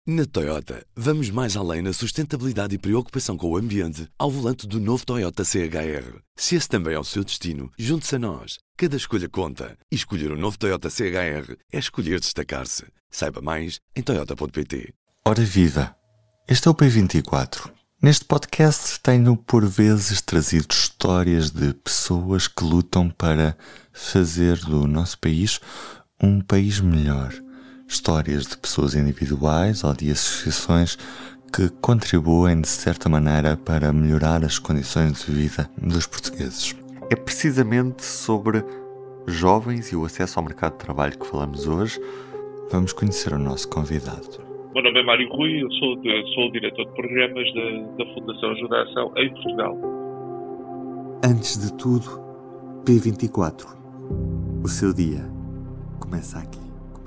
Na Toyota, vamos mais além na sustentabilidade e preocupação com o ambiente ao volante do novo Toyota CHR. Se esse também é o seu destino, junte-se a nós. Cada escolha conta. E escolher o novo Toyota CHR é escolher destacar-se. Saiba mais em toyota.pt. Ora viva! Este é o P24. Neste podcast tenho por vezes trazido histórias de pessoas que lutam para fazer do nosso país um país melhor. Histórias de pessoas individuais ou de associações que contribuem de certa maneira para melhorar as condições de vida dos portugueses. É precisamente sobre jovens e o acesso ao mercado de trabalho que falamos hoje. Vamos conhecer o nosso convidado. O meu nome é Mário Rui, eu sou o diretor de programas da Fundação Ajuda à Ação em Portugal. Antes de tudo, P24. O seu dia começa aqui.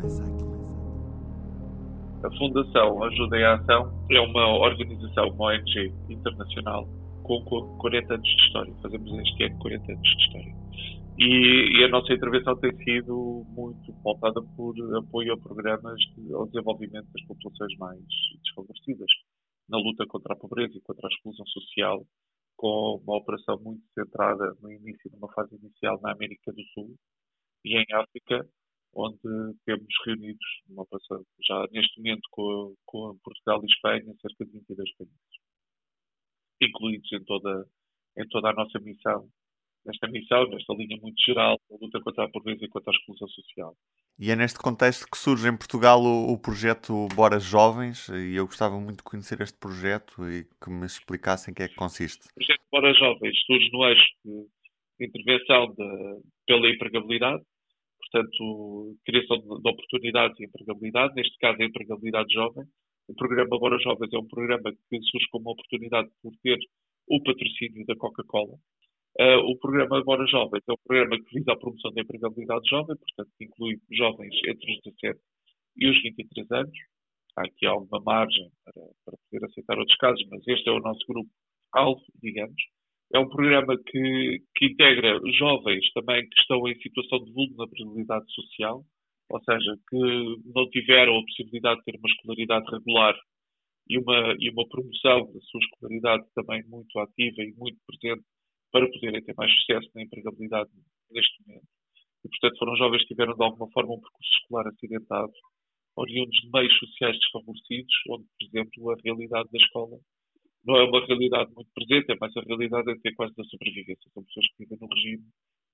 A Fundação Ajuda à Ação é uma organização, uma ONG internacional com 40 anos de história. Fazemos este ano 40 anos de história. E a nossa intervenção tem sido muito pautada por apoio a programas ao desenvolvimento das populações mais desfavorecidas, na luta contra a pobreza e contra a exclusão social, com uma operação muito centrada no início, numa fase inicial na América do Sul e em África, onde temos reunidos uma operação já neste momento com Portugal e Espanha, cerca de 22 países, incluídos em toda a nossa missão, nesta linha muito geral, a luta contra a pobreza e contra a exclusão social. E é neste contexto que surge em Portugal o projeto Bora Jovens, e eu gostava muito de conhecer este projeto e que me explicassem em que é que consiste. O projeto Bora Jovens surge no eixo de intervenção pela empregabilidade, portanto, criação de oportunidades e empregabilidade, neste caso a empregabilidade jovem. O programa Bora Jovens é um programa que surge como uma oportunidade por ter o patrocínio da Coca-Cola. O programa Bora Jovens é um programa que visa a promoção da empregabilidade jovem, portanto, que inclui jovens entre os 17 e os 23 anos. Há aqui alguma margem para poder aceitar outros casos, mas este é o nosso grupo-alvo, digamos. É um programa que integra jovens também que estão em situação de vulnerabilidade social, ou seja, que não tiveram a possibilidade de ter uma escolaridade regular e uma promoção da sua escolaridade também muito ativa e muito presente para poderem ter mais sucesso na empregabilidade neste momento. E, portanto, foram jovens que tiveram, de alguma forma, um percurso escolar acidentado, oriundos de meios sociais desfavorecidos, onde, por exemplo, a realidade da escola não é uma realidade muito presente, é mais a realidade até quase da sobrevivência. São pessoas que vivem num regime,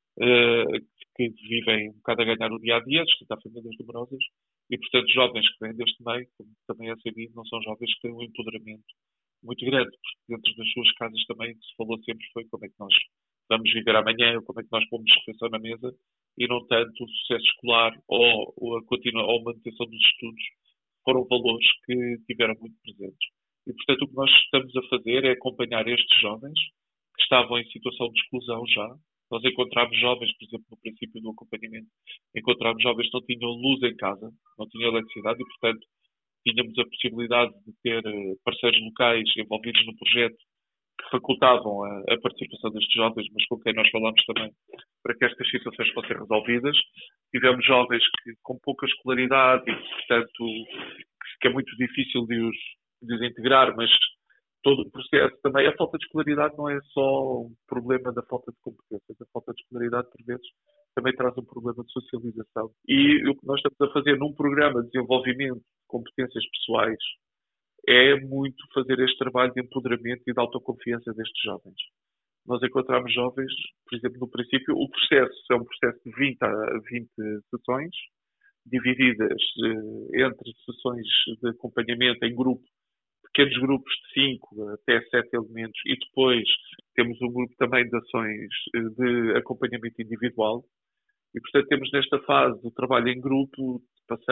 que vivem um bocado a ganhar o dia-a-dia, a sustentar famílias numerosas, e, portanto, jovens que vêm deste meio, como também é sabido, não são jovens que têm um empoderamento muito grande, porque dentro das suas casas também se falou sempre foi como é que nós vamos viver amanhã, como é que nós pomos refeição na mesa, e não tanto o sucesso escolar ou a manutenção dos estudos foram valores que tiveram muito presentes. E, portanto, o que nós estamos a fazer é acompanhar estes jovens que estavam em situação de exclusão já. Nós encontramos jovens, por exemplo, no princípio do acompanhamento, encontramos jovens que não tinham luz em casa, não tinham eletricidade e, portanto, tínhamos a possibilidade de ter parceiros locais envolvidos no projeto que facultavam a participação destes jovens, mas com quem nós falamos também para que estas situações fossem resolvidas. Tivemos jovens com pouca escolaridade e, portanto, que é muito difícil de os integrar, mas todo o processo também, a falta de escolaridade não é só um problema da falta de competências, a falta de escolaridade, por vezes, também traz um problema de socialização. E o que nós estamos a fazer num programa de desenvolvimento de competências pessoais é muito fazer este trabalho de empoderamento e de autoconfiança destes jovens. Nós encontramos jovens, por exemplo, no princípio, o processo é um processo de 20 a 20 sessões, divididas entre sessões de acompanhamento em grupo, pequenos grupos de 5 até 7 elementos, e depois temos um grupo também de ações de acompanhamento individual. E, portanto, temos nesta fase do trabalho em grupo,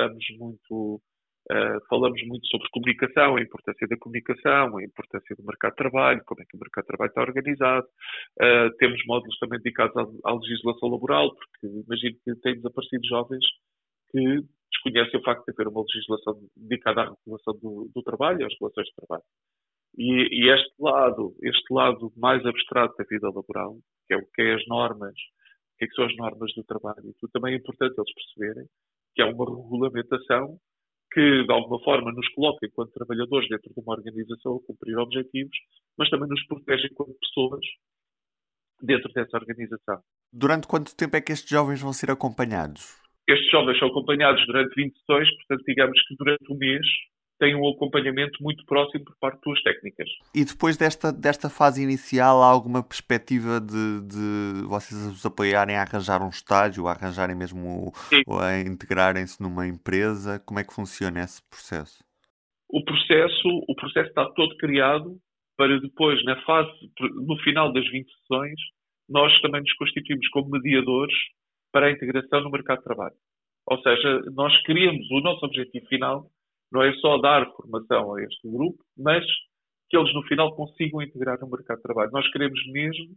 falamos muito sobre comunicação, a importância da comunicação, a importância do mercado de trabalho, como é que o mercado de trabalho está organizado. Temos módulos também dedicados à legislação laboral, porque imagino que têm desaparecido jovens que desconhecem o facto de haver uma legislação dedicada à regulação do trabalho e às relações de trabalho. E este lado mais abstrato da vida laboral, que é o que é as normas, o que é que são as normas do trabalho, e tudo também é importante eles perceberem que há uma regulamentação que de alguma forma nos coloca enquanto trabalhadores dentro de uma organização a cumprir objetivos, mas também nos protege enquanto pessoas dentro dessa organização. Durante quanto tempo é que estes jovens vão ser acompanhados? Estes jovens são acompanhados durante 20 sessões, portanto, digamos que durante um mês têm um acompanhamento muito próximo por parte de duas técnicas. E depois desta fase inicial, há alguma perspectiva de vocês os apoiarem a arranjar um estágio, a arranjarem mesmo ou a integrarem-se numa empresa? Como é que funciona esse processo? O processo está todo criado para depois, no final das 20 sessões, nós também nos constituímos como mediadores para a integração no mercado de trabalho. Ou seja, nós queríamos, o nosso objetivo final não é só dar formação a este grupo, mas que eles no final consigam integrar no mercado de trabalho. Nós queremos mesmo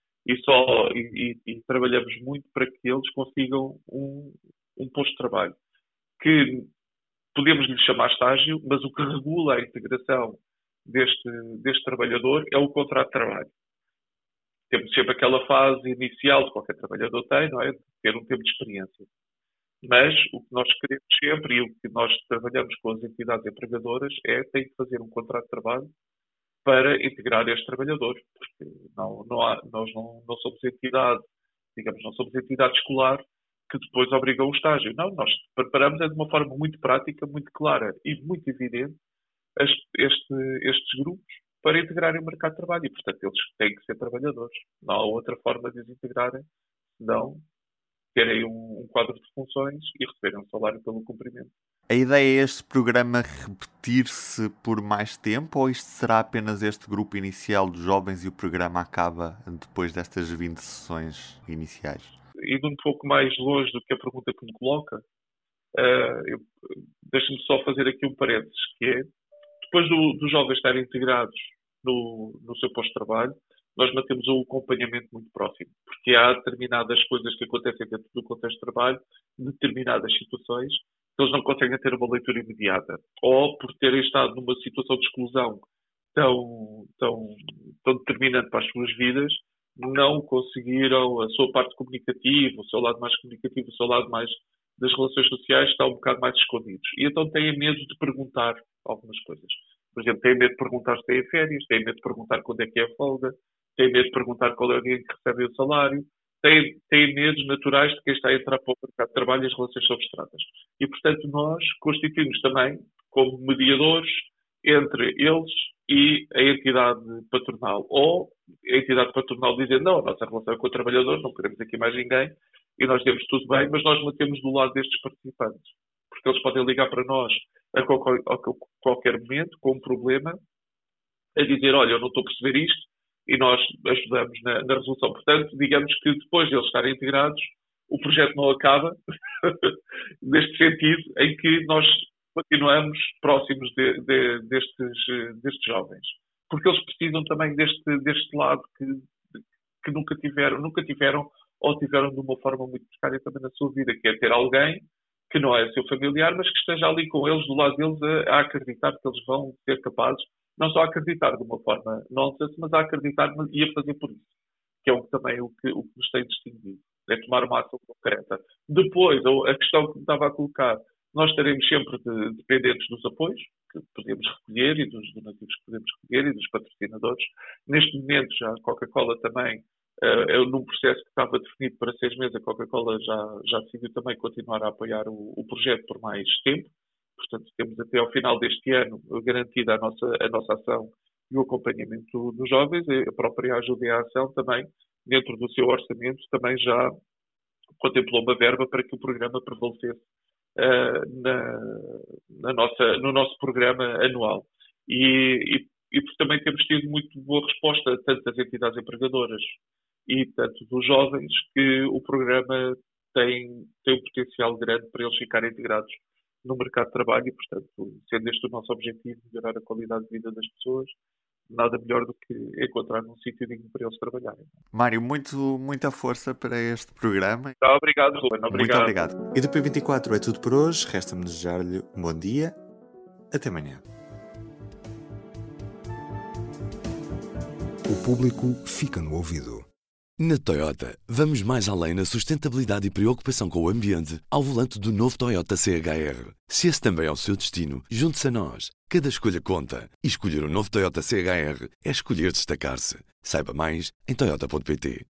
e trabalhamos muito para que eles consigam um posto de trabalho. Que podemos lhe chamar estágio, mas o que regula a integração deste trabalhador é o contrato de trabalho. Temos sempre aquela fase inicial que qualquer trabalhador tem, não é? De ter um tempo de experiência. Mas o que nós queremos sempre e o que nós trabalhamos com as entidades empregadoras tem que fazer um contrato de trabalho para integrar este trabalhador. Porque nós não somos entidade, digamos, não somos entidade escolar que depois obrigam o estágio. Não, nós preparamos de uma forma muito prática, muito clara e muito evidente estes grupos para integrarem o mercado de trabalho. E, portanto, eles têm que ser trabalhadores. Não há outra forma de os integrarem, senão terem um quadro de funções e receberem um salário pelo cumprimento. A ideia é este programa repetir-se por mais tempo ou isto será apenas este grupo inicial dos jovens e o programa acaba depois destas 20 sessões iniciais? Indo um pouco mais longe do que a pergunta que me coloca, deixe-me só fazer aqui um parênteses, que é, depois dos jovens estarem integrados no seu posto de trabalho, nós mantemos um acompanhamento muito próximo, porque há determinadas coisas que acontecem dentro do contexto de trabalho, determinadas situações, que eles não conseguem ter uma leitura imediata. Ou por terem estado numa situação de exclusão tão determinante para as suas vidas, não conseguiram a sua parte comunicativa, o seu lado mais comunicativo, o seu lado mais das relações sociais, está um bocado mais escondidos. E então têm medo de perguntar algumas coisas. Por exemplo, têm medo de perguntar se têm férias, têm medo de perguntar quando é que é a folga, têm medo de perguntar qual é o dia em que recebem o salário, têm medos naturais de quem está a entrar para o mercado de trabalho e as relações são abstratas. E, portanto, nós constituímos também como mediadores entre eles e a entidade patronal. Ou a entidade patronal dizendo, não, a nossa relação é com o trabalhador, não queremos aqui mais ninguém, e nós temos tudo bem, mas nós mantemos do lado destes participantes. Porque eles podem ligar para nós a qualquer momento com um problema, a dizer, olha, eu não estou a perceber isto, e nós ajudamos na resolução. Portanto, digamos que depois de eles estarem integrados, o projeto não acaba, neste sentido, em que nós continuamos próximos destes jovens. Porque eles precisam também deste lado que nunca tiveram ou tiveram de uma forma muito precária também na sua vida, que é ter alguém que não é seu familiar, mas que esteja ali com eles, do lado deles, a acreditar que eles vão ser capazes, não só a acreditar de uma forma nonsense, mas a acreditar e a fazer por isso. Que é também o que nos tem distinguido. É tomar uma ação concreta. Depois, a questão que me estava a colocar, nós estaremos sempre dependentes dos apoios que podemos recolher e dos donativos que podemos recolher e dos patrocinadores. Neste momento, já a Coca-Cola também, num processo que estava definido para 6 meses, a Coca-Cola já decidiu também continuar a apoiar o projeto por mais tempo. Portanto, temos até ao final deste ano garantida a nossa ação e o acompanhamento dos jovens. A própria ajuda e a ação também, dentro do seu orçamento, também já contemplou uma verba para que o programa prevalecesse no nosso programa anual. E também temos tido muito boa resposta, tanto das entidades empregadoras e tanto dos jovens, que o programa tem um potencial grande para eles ficarem integrados no mercado de trabalho e, portanto, sendo este o nosso objetivo, melhorar a qualidade de vida das pessoas, nada melhor do que encontrar um sítio digno para eles trabalharem. Mário, muita força para este programa. Obrigado, Ruben. Muito obrigado. E do P24 é tudo por hoje. Resta-me desejar-lhe um bom dia. Até amanhã. O público fica no ouvido. Na Toyota, vamos mais além na sustentabilidade e preocupação com o ambiente ao volante do novo Toyota CHR. Se esse também é o seu destino, junte-se a nós. Cada escolha conta. E escolher o novo Toyota CHR é escolher destacar-se. Saiba mais em toyota.pt.